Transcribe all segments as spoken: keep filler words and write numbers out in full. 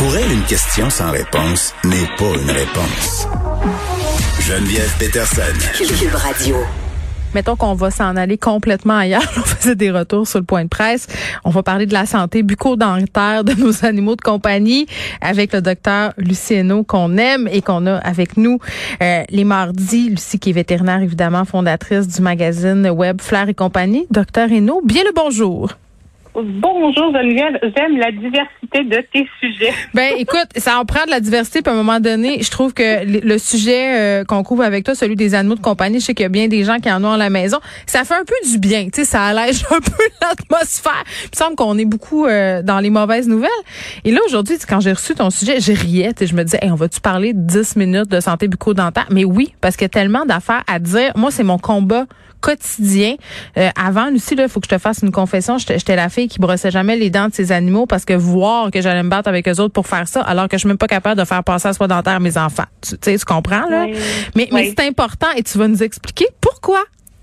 Pour elle, une question sans réponse n'est pas une réponse. Geneviève Peterson. Cube Radio. Mettons qu'on va s'en aller complètement ailleurs. On faisait des retours sur le point de presse. On va parler de la santé bucco-dentaire de nos animaux de compagnie avec le docteur Lucie Hainaut qu'on aime et qu'on a avec nous euh, les mardis. Lucie qui est vétérinaire, évidemment, fondatrice du magazine web Flair et compagnie. Docteur Hainaut, bien le bonjour. Bonjour Geneviève, j'aime la diversité de tes sujets. Ben écoute, ça en prend de la diversité, puis à un moment donné, je trouve que le sujet euh, qu'on couvre avec toi, celui des animaux de compagnie, je sais qu'il y a bien des gens qui en ont à la maison, ça fait un peu du bien, tu sais, ça allège un peu l'atmosphère. Il me semble qu'on est beaucoup euh, dans les mauvaises nouvelles. Et là aujourd'hui, quand j'ai reçu ton sujet, je riais, je me disais, hey, on va-tu parler de dix minutes de santé bucco-dentaire? Mais oui, parce qu'il y a tellement d'affaires à dire. Moi, c'est mon combat quotidien. Euh, avant, Lucie, là, il faut que je te fasse une confession. J'étais, j'étais la fille qui brossait jamais les dents de ses animaux parce que voir que j'allais me battre avec eux autres pour faire ça, alors que je suis même pas capable de faire passer à soie dentaire à mes enfants. Tu sais, tu comprends, là? Oui. Mais, oui. mais c'est important et tu vas nous expliquer pourquoi.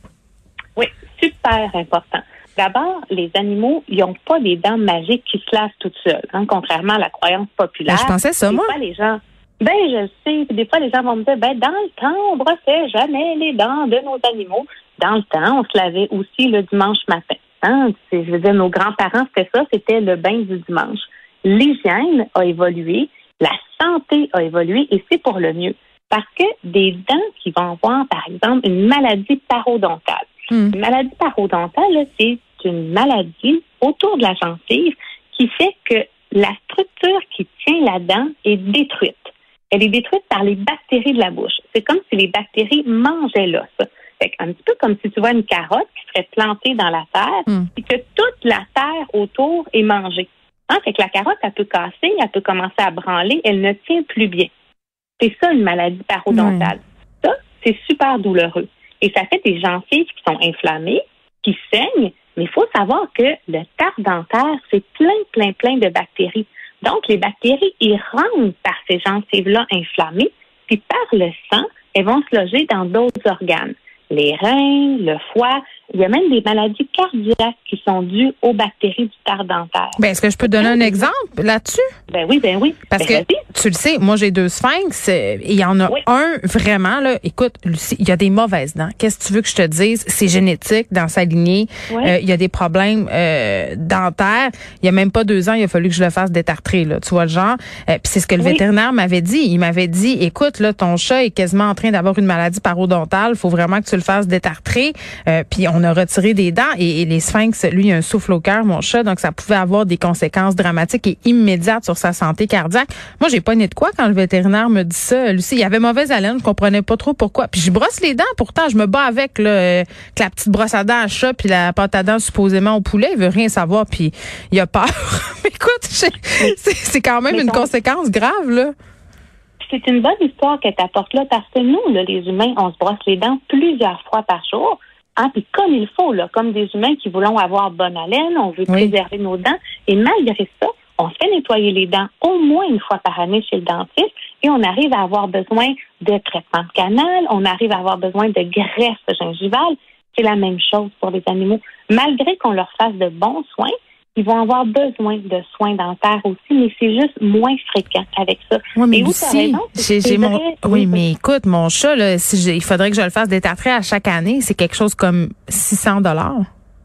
Oui, super important. D'abord, les animaux, ils n'ont pas des dents magiques qui se lavent toutes seules, hein, contrairement à la croyance populaire. Ben, je pensais ça, des moi. Fois, les gens, ben, je sais. Des fois, les gens vont me dire, ben, dans le temps, on brossait jamais les dents de nos animaux. Dans le temps, on se lavait aussi le dimanche matin. Hein? C'est, je veux dire, nos grands-parents, c'était ça, c'était le bain du dimanche. L'hygiène a évolué, la santé a évolué et c'est pour le mieux. Parce que des dents qui vont avoir, par exemple, une maladie parodontale. Mm. Une maladie parodontale, là, c'est une maladie autour de la gencive qui fait que la structure qui tient la dent est détruite. Elle est détruite par les bactéries de la bouche. C'est comme si les bactéries mangeaient l'os. Fait un petit peu comme si tu vois une carotte qui serait plantée dans la terre mm. et que toute la terre autour est mangée. Hein? Fait que la carotte, elle peut casser, elle peut commencer à branler, elle ne tient plus bien. C'est ça une maladie parodontale. Mm. Ça, c'est super douloureux. Et ça fait des gencives qui sont inflammées, qui saignent, mais il faut savoir que le tartre dentaire, c'est plein, plein, plein de bactéries. Donc, les bactéries, ils rentrent par ces gencives-là inflammées, puis par le sang, elles vont se loger dans d'autres organes. Les reins, le foie, il y a même des maladies cardiaques qui sont dues aux bactéries du tartre dentaire. Ben, est-ce que je peux te donner un exemple là-dessus? Ben oui, ben oui. Parce ben, que, tu le sais, moi, j'ai deux sphinx et il y en a oui. un vraiment, là. Écoute, Lucie, il y a des mauvaises dents. Qu'est-ce que tu veux que je te dise? C'est génétique dans sa lignée. Oui. Euh, il y a des problèmes euh, dentaires. Il y a même pas deux ans, il a fallu que je le fasse détartrer, là. Tu vois le genre? Euh, Puis c'est ce que le oui. vétérinaire m'avait dit. Il m'avait dit, écoute, là, ton chat est quasiment en train d'avoir une maladie parodontale. Faut vraiment que tu le fasses détartrer. Euh, Puis on a retiré des dents et, et les sphinx, lui, il a un souffle au cœur, mon chat, donc ça pouvait avoir des conséquences dramatiques et immédiates sur sa santé cardiaque. Moi, j'ai pas né de quoi quand le vétérinaire me dit ça. Lucie, il y avait mauvaise haleine, je comprenais pas trop pourquoi. Puis je brosse les dents, pourtant, je me bats avec là, euh, que la petite brosse à dents à chat puis la pâte à dents supposément au poulet. Il veut rien savoir puis il a peur. Mais écoute, c'est, c'est quand même Mais une ton... conséquence grave, là. C'est une bonne histoire que tu apportes là parce que nous, là, les humains, on se brosse les dents plusieurs fois par jour. Hein, puis comme il faut, là, comme des humains qui voulons avoir bonne haleine, on veut oui. préserver nos dents. Et malgré ça, on se fait nettoyer les dents au moins une fois par année chez le dentiste et on arrive à avoir besoin de traitement de canal, on arrive à avoir besoin de greffe gingivale. C'est la même chose pour les animaux. Malgré qu'on leur fasse de bons soins, ils vont avoir besoin de soins dentaires aussi, mais c'est juste moins fréquent avec ça. Oui, mais et aussi, j'ai, j'ai mon, oui, oui, mais écoute, mon chat, là, si j'ai, il faudrait que je le fasse détartrer à chaque année, c'est quelque chose comme six cents dollars.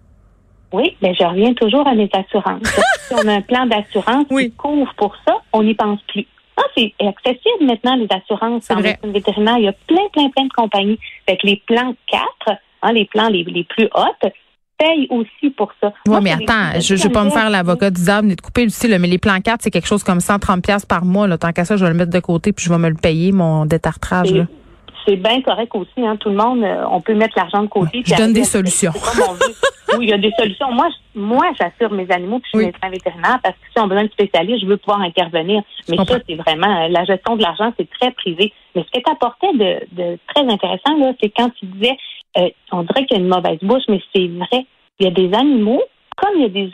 Oui, mais je reviens toujours à mes assurances. Si on a un plan d'assurance oui. qui couvre pour ça, on n'y pense plus. Ah, c'est accessible maintenant, les assurances en médecine vétérinaire. Il y a plein, plein, plein de compagnies. Fait que les plans quatre, hein, les plans les, les plus hautes, paye aussi pour ça. Oui, Moi, mais attends, je ne vais pas me faire l'avocat du diable ni de couper Lucie, là, mais les plans quatre, c'est quelque chose comme cent trente dollars par mois. Là. Tant qu'à ça, je vais le mettre de côté puis je vais me le payer, mon détartrage. C'est, là. c'est bien correct aussi. Hein. Tout le monde, on peut mettre l'argent de côté. Ouais, je donne des solutions. Oui, il y a des solutions. Moi, je, moi, j'assure mes animaux puis je suis oui. médecin vétérinaire parce que si on a besoin de spécialistes, je veux pouvoir intervenir. Mais ça, c'est vraiment, la gestion de l'argent, c'est très privé. Mais ce que tu apportais de, de très intéressant, là, c'est quand tu disais, euh, on dirait qu'il y a une mauvaise bouche, mais c'est vrai. Il y a des animaux, comme il y a des humains,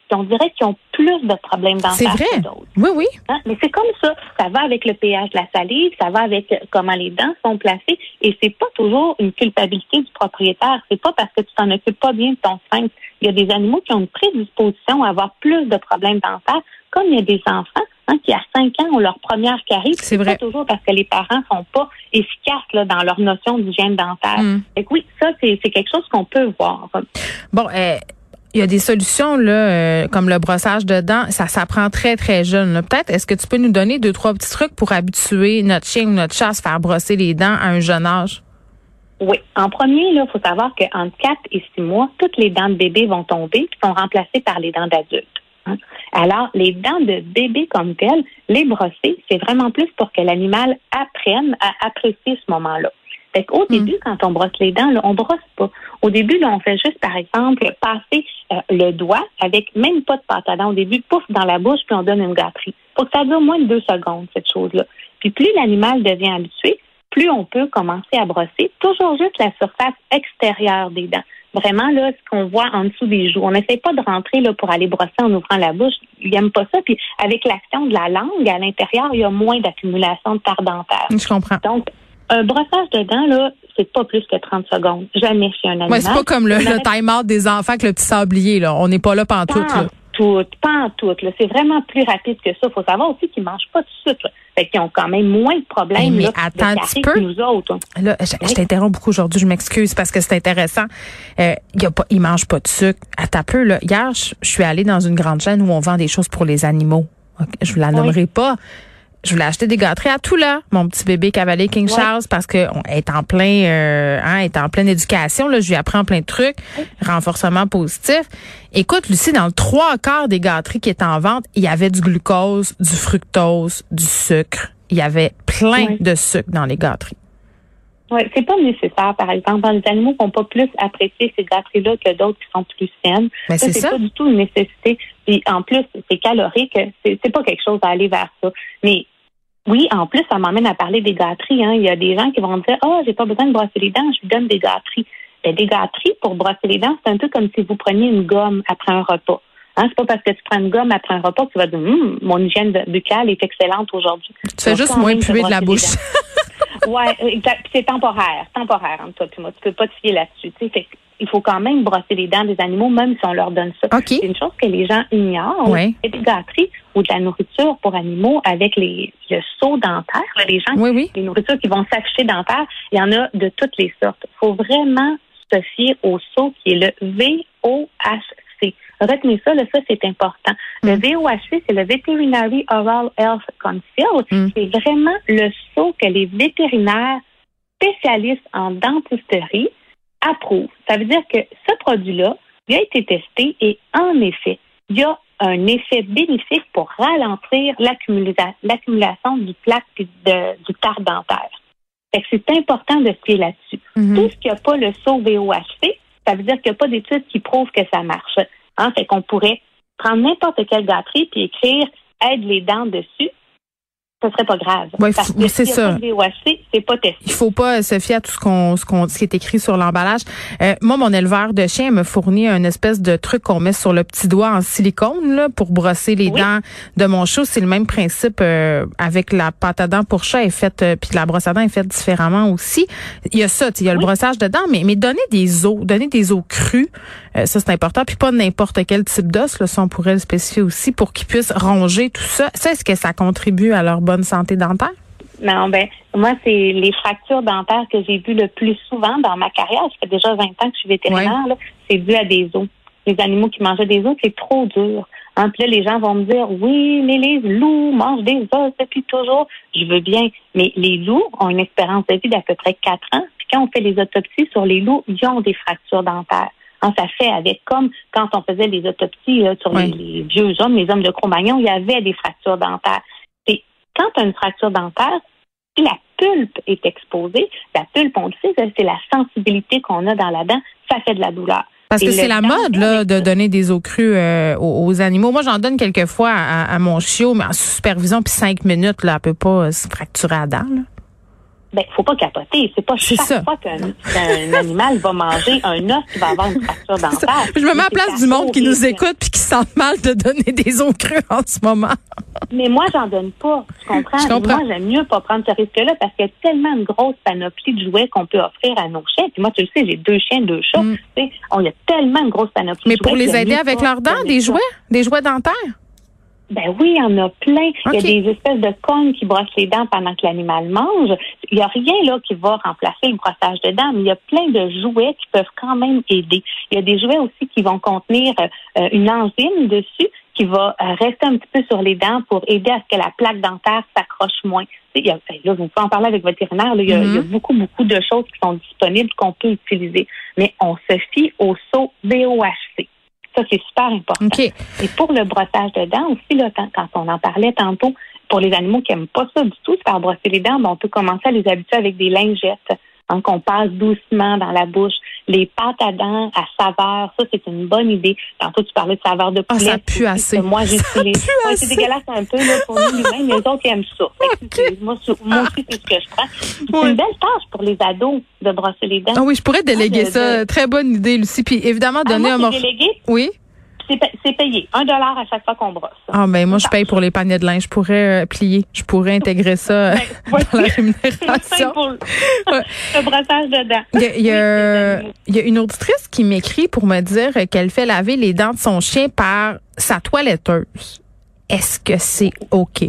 puis on dirait qu'ils ont plus de problèmes dentaires que d'autres. Oui, oui. Hein? Mais c'est comme ça. Ça va avec le pH de la salive, ça va avec comment les dents sont placées, et c'est pas toujours une culpabilité du propriétaire. C'est pas parce que tu t'en occupes pas bien de ton sphincter. Il y a des animaux qui ont une prédisposition à avoir plus de problèmes dentaires, comme il y a des enfants hein, qui, à cinq ans, ont leur première carie. C'est vrai. Pas toujours parce que les parents sont pas efficaces là, dans leur notion d'hygiène dentaire. Mm. Fait que oui, ça, c'est, c'est quelque chose qu'on peut voir. Bon, euh, il y a des solutions là, euh, comme le brossage de dents. Ça s'apprend très, très jeune. Là. Peut-être, est-ce que tu peux nous donner deux, trois petits trucs pour habituer notre chien ou notre chat à se faire brosser les dents à un jeune âge? Oui. En premier, il faut savoir qu'entre quatre et six mois, toutes les dents de bébé vont tomber et sont remplacées par les dents d'adultes. Hein? Alors, les dents de bébé comme telles, les brosser, c'est vraiment plus pour que l'animal apprenne à apprécier ce moment-là. Fait qu'au mmh. début, quand on brosse les dents, là, on brosse pas. Au début, là, on fait juste, par exemple, passer euh, le doigt avec même pas de pâte à dents. Au début, pouf, dans la bouche, puis on donne une gâterie. Faut que ça dure moins de deux secondes, cette chose-là. Puis plus l'animal devient habitué, plus on peut commencer à brosser, toujours juste la surface extérieure des dents. Vraiment, là, ce qu'on voit en dessous des joues. On n'essaie pas de rentrer là pour aller brosser en ouvrant la bouche. Ils n'aiment pas ça. Puis avec l'action de la langue, à l'intérieur, il y a moins d'accumulation de terre dentaire. Je comprends. Donc, un brossage de dents, là, c'est pas plus que trente secondes. Jamais chez un animal. Ouais, c'est pas comme le, le time-out des enfants avec le petit sablier, là. On n'est pas là pantoute, là. Tout, pas en tout. Là. C'est vraiment plus rapide que ça. Il faut savoir aussi qu'ils ne mangent pas de sucre. Là. Fait qu'ils ont quand même moins de problèmes hey, mais là, attends de un petit que peu. nous autres. Là, je, oui. je t'interromps beaucoup aujourd'hui. Je m'excuse parce que c'est intéressant. Euh, y a pas, ils mangent pas de sucre. Attends peu. Là. Hier, je, je suis allée dans une grande chaîne où on vend des choses pour les animaux. Okay, je vous la nommerai oui. pas. Je voulais acheter des gâteries à tout là, mon petit bébé cavalier King ouais. Charles, parce que on est en plein, euh, hein, est en pleine éducation. Là, je lui apprends plein de trucs, ouais. renforcement positif. Écoute, Lucie, dans le trois quarts des gâteries qui étaient en vente, il y avait du glucose, du fructose, du sucre. Il y avait plein ouais. de sucre dans les gâteries. Oui, c'est pas nécessaire, par exemple. Dans les animaux qui n'ont pas plus apprécié ces gâteries-là que d'autres qui sont plus saines. Mais ça, c'est, c'est ça. pas du tout une nécessité. Puis en plus, c'est calorique. C'est, c'est pas quelque chose à aller vers ça. Mais oui, en plus, ça m'emmène à parler des gâteries. Hein. Il y a des gens qui vont dire, ah, oh, j'ai pas besoin de brosser les dents, je lui donne des gâteries. Ben, des gâteries pour brosser les dents, c'est un peu comme si vous preniez une gomme après un repas. Hein, c'est pas parce que tu prends une gomme après un repas que tu vas dire, hum, mon hygiène buccale est excellente aujourd'hui. Tu fais juste moins puer de la bouche. Oui, c'est temporaire, temporaire entre toi et moi. Tu peux pas te fier là-dessus. Tu sais, fait il faut quand même brosser les dents des animaux, même si on leur donne ça. Okay. C'est une chose que les gens ignorent. Oui. Il y a des gâteries ou de la nourriture pour animaux avec les le seau dentaire. Là, les gens, oui, oui. les nourritures qui vont s'afficher dentaire, il y en a de toutes les sortes. Il faut vraiment se fier au seau qui est le V O H C. Retenez ça, là, ça c'est important. Mm. Le V O H C, c'est le Veterinary Oral Health Council. Mm. C'est vraiment le seau que les vétérinaires spécialistes en dentisterie approuvent. Ça veut dire que ce produit-là, il a été testé et en effet, il y a un effet bénéfique pour ralentir l'accumula- l'accumulation du plaque et de, du tartre dentaire. Fait que c'est important de se fier là-dessus. Mm-hmm. Tout ce qui n'a pas le sceau V O H C, ça veut dire qu'il n'y a pas d'études qui prouvent que ça marche. Hein? Fait qu'on pourrait prendre n'importe quelle gâterie puis écrire « aide les dents » dessus. Ce serait pas grave. Ouais, parce que c'est si ça. V O H C, c'est pas testé. Il faut pas se fier à tout ce qu'on, ce qu'on, ce qui est écrit sur l'emballage. Euh, moi, mon éleveur de chiens me fournit un espèce de truc qu'on met sur le petit doigt en silicone là pour brosser les oui. dents de mon chat. C'est le même principe euh, avec la pâte à dents pour chat est faite, euh, puis la brosse à dents est faite différemment aussi. Il y a ça, il y a oui. le brossage de dents, mais mais donner des os, donner des os crus, euh, ça c'est important. Puis pas n'importe quel type d'os, là, ça on pourrait le spécifier aussi pour qu'ils puissent ronger tout ça. Ça, est-ce que ça contribue à leur bonne santé dentaire? Non, ben moi, c'est les fractures dentaires que j'ai vues le plus souvent dans ma carrière. Ça fait déjà vingt ans que je suis vétérinaire. Ouais. Là, c'est dû à des os. Les animaux qui mangeaient des os, c'est trop dur. Hein, puis là, les gens vont me dire, oui, mais les loups mangent des os depuis toujours. Je veux bien, mais les loups ont une espérance de vie d'à peu près quatre ans. Puis quand on fait les autopsies sur les loups, ils ont des fractures dentaires. Hein, ça fait avec, comme quand on faisait les autopsies là, sur ouais. les, les vieux hommes, les hommes de Cro-Magnon, il y avait des fractures dentaires. C'est quand tu as une fracture dentaire, si la pulpe est exposée, la pulpe, on le sait, c'est la sensibilité qu'on a dans la dent, ça fait de la douleur. Parce Et que c'est la mode là de donner des os crus euh, aux, aux animaux. Moi, j'en donne quelques fois à, à mon chiot, mais en supervision, puis cinq minutes, là, elle peut pas se fracturer à dents. Là. Ben, faut pas capoter. C'est pas C'est chaque ça. fois qu'un, qu'un animal va manger un os qui va avoir une fracture dentaire. Je me mets à la place du monde qui nous horrible. écoute puis qui sent mal de donner des os crus en ce moment. Mais moi, j'en donne pas. Tu comprends? Je comprends. Moi, j'aime mieux pas prendre ce risque-là parce qu'il y a tellement une grosse panoplie de jouets qu'on peut offrir à nos chiens. Puis moi, tu le sais, j'ai deux chiens, deux chats. Mm. Tu sais, on, il y a tellement une grosse panoplie Mais de jouets. pour les qu'il y a aider mieux avec pas leurs dents, donner des ça. jouets, des jouets dentaires? Ben oui, il y en a plein. OK. Il y a des espèces de cognes qui brossent les dents pendant que l'animal mange. Il n'y a rien là qui va remplacer le brossage de dents, mais il y a plein de jouets qui peuvent quand même aider. Il y a des jouets aussi qui vont contenir euh, une enzyme dessus qui va euh, rester un petit peu sur les dents pour aider à ce que la plaque dentaire s'accroche moins. Il y a, là, vous pouvez en parler avec votre vétérinaire. Là, il, y a, Mm-hmm. il y a beaucoup, beaucoup de choses qui sont disponibles qu'on peut utiliser. Mais on se fie au sceau B O H C. Ça, c'est super important. OK. Et pour le brossage de dents aussi, là, quand, quand on en parlait tantôt, pour les animaux qui n'aiment pas ça du tout, se faire brosser les dents, ben, on peut commencer à les habituer avec des lingettes, hein, qu'on passe doucement dans la bouche. Les pâtes à dents à saveur, ça, c'est une bonne idée. Tantôt, tu parlais de saveur de Ah, poulet. ça pue assez. Que moi, j'utilise. pue Ouais, assez. c'est dégueulasse un peu là, pour nous humains, mais les autres, ils aiment ça. Fait que c'est- Moi, c'est- moi aussi, c'est ce que je prends. C'est Ouais. une belle tâche pour les ados de brosser les dents. Ah oui, je pourrais déléguer Ah, ça. de- Très bonne idée, Lucie. Puis évidemment, Ah, donner moi, un c'est morceau. délégué, Oui? c'est pa- c'est payé. Un dollar à chaque fois qu'on brosse. Ah ben moi je paye pour les paniers de linge. Je pourrais euh, plier. Je pourrais intégrer ça euh, Ouais. dans la C'est rémunération. pour le brossage de dents. Il y, a, il y a- Oui, les animaux. il y a une auditrice qui m'écrit pour me dire qu'elle fait laver les dents de son chien par sa toiletteuse. Est-ce que c'est OK?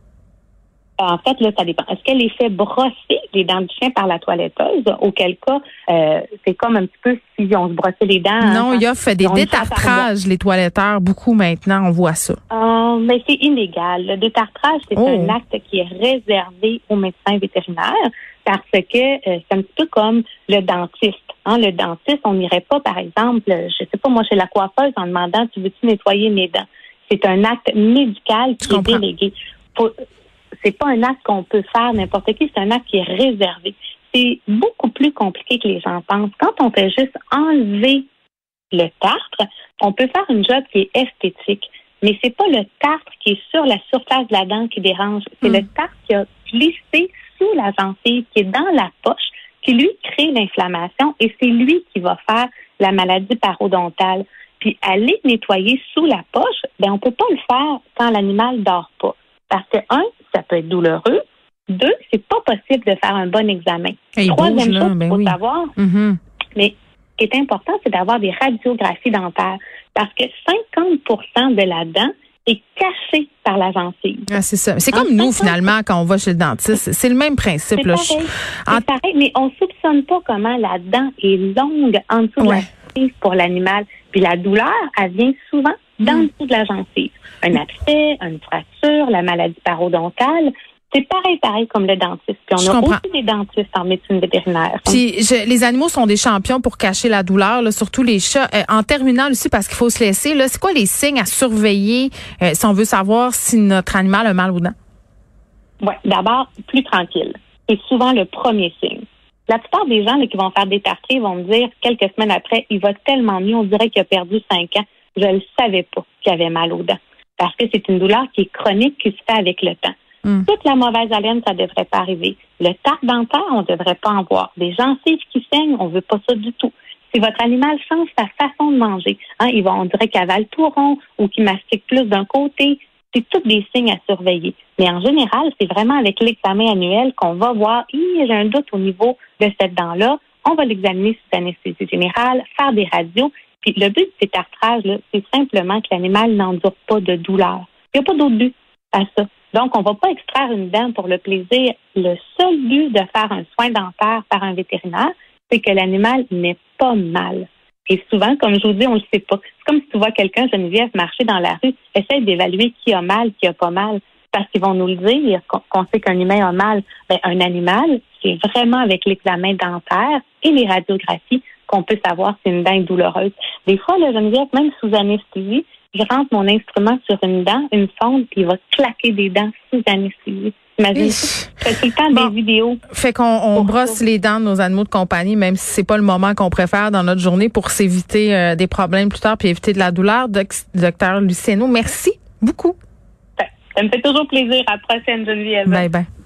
En fait, là, ça dépend. Est-ce qu'elle les fait brosser les dents du chien par la toiletteuse? Auquel cas, euh, c'est comme un petit peu si on se brossait les dents. Non, hein, il y a fait des on le fait par détartrages, les toiletteurs, beaucoup maintenant, on voit ça. Euh, mais c'est illégal. Le détartrage, c'est Oh. un acte qui est réservé aux médecins vétérinaires parce que euh, c'est un petit peu comme le dentiste. Hein, le dentiste, on n'irait pas, par exemple, je sais pas, moi, chez la coiffeuse en demandant « Tu veux-tu nettoyer mes dents? » C'est un acte médical Je qui est comprends. délégué. Faut- c'est pas un acte qu'on peut faire n'importe qui, c'est un acte qui est réservé. C'est beaucoup plus compliqué que les gens pensent. Quand on fait juste enlever le tartre, on peut faire une job qui est esthétique, mais c'est pas le tartre qui est sur la surface de la dent qui dérange, c'est Mm. le tartre qui a glissé sous la gencive, qui est dans la poche, qui lui crée l'inflammation et c'est lui qui va faire la maladie parodontale. Puis aller nettoyer sous la poche, ben on peut pas le faire quand l'animal dort pas. Parce que, un, ça peut être douloureux. Deux, c'est pas possible de faire un bon examen. Et il Troisième bouge, là, chose qu'il ben faut oui. savoir, Mhm. mais ce qui est important, c'est d'avoir des radiographies dentaires. Parce que cinquante pour cent de la dent est cachée par la gencive. Ah, c'est ça. C'est En comme nous, cinquante finalement, quand on va chez le dentiste. C'est le même principe. C'est Là. pareil. En- C'est pareil, mais on soupçonne pas comment la dent est longue en dessous de Ouais. la gencive pour l'animal. Puis la douleur, elle vient souvent dans Mm. le dessous de la gencive. Un abcès, une fracture, la maladie parodontale. C'est pareil, pareil comme le dentiste. Puis on Je a comprends. aussi des dentistes en médecine vétérinaire. Puis je- les animaux sont des champions pour cacher la douleur, là, surtout les chats. Euh, en terminant aussi, parce qu'il faut se laisser, là, c'est quoi les signes à surveiller euh, si on veut savoir si notre animal a mal aux dents? Oui, d'abord, plus tranquille. C'est souvent le premier signe. La plupart des gens là, qui vont faire des tartrés vont me dire quelques semaines après, il va tellement mieux, on dirait qu'il a perdu cinq ans. Je ne savais pas qu'il avait mal aux dents. Parce que c'est une douleur qui est chronique, qui se fait avec le temps. Mm. Toute la mauvaise haleine, ça ne devrait pas arriver. Le tartre dentaire, on ne devrait pas en voir. Des gencives qui saignent, on ne veut pas ça du tout. Si votre animal change sa façon de manger, hein, il va, on dirait qu'il avale tout rond ou qu'il mastique plus d'un côté, c'est tous des signes à surveiller. Mais en général, c'est vraiment avec l'examen annuel qu'on va voir, Hi, j'ai un doute au niveau de cette dent-là. On va l'examiner sous anesthésie générale, faire des radios. Puis le but de ces tartrages, là, c'est simplement que l'animal n'endure pas de douleur. Il n'y a pas d'autre but à ça. Donc, on ne va pas extraire une dent pour le plaisir. Le seul but de faire un soin dentaire par un vétérinaire, c'est que l'animal n'ait pas mal. Et souvent, comme je vous dis, on ne le sait pas. C'est comme si tu vois quelqu'un, Geneviève, marcher dans la rue, essaye d'évaluer qui a mal, qui a pas mal, parce qu'ils vont nous le dire, qu'on, qu'on sait qu'un humain a mal. Ben, un animal, c'est vraiment avec l'examen dentaire et les radiographies qu'on peut savoir si une dent est douloureuse. Des fois, là, Geneviève, même sous anesthésie, je rentre mon instrument sur une dent, une sonde, puis il va claquer des dents sous anesthésie. Imagine ça. Je fais tout le temps Bon. des vidéos. Fait qu'on on Pour brosse ça. les dents de nos animaux de compagnie, même si c'est pas le moment qu'on préfère dans notre journée pour s'éviter euh, des problèmes plus tard puis éviter de la douleur. Doc- Docteur Luceno, merci beaucoup. Ça me fait toujours plaisir. À la prochaine, Geneviève. Bye bye.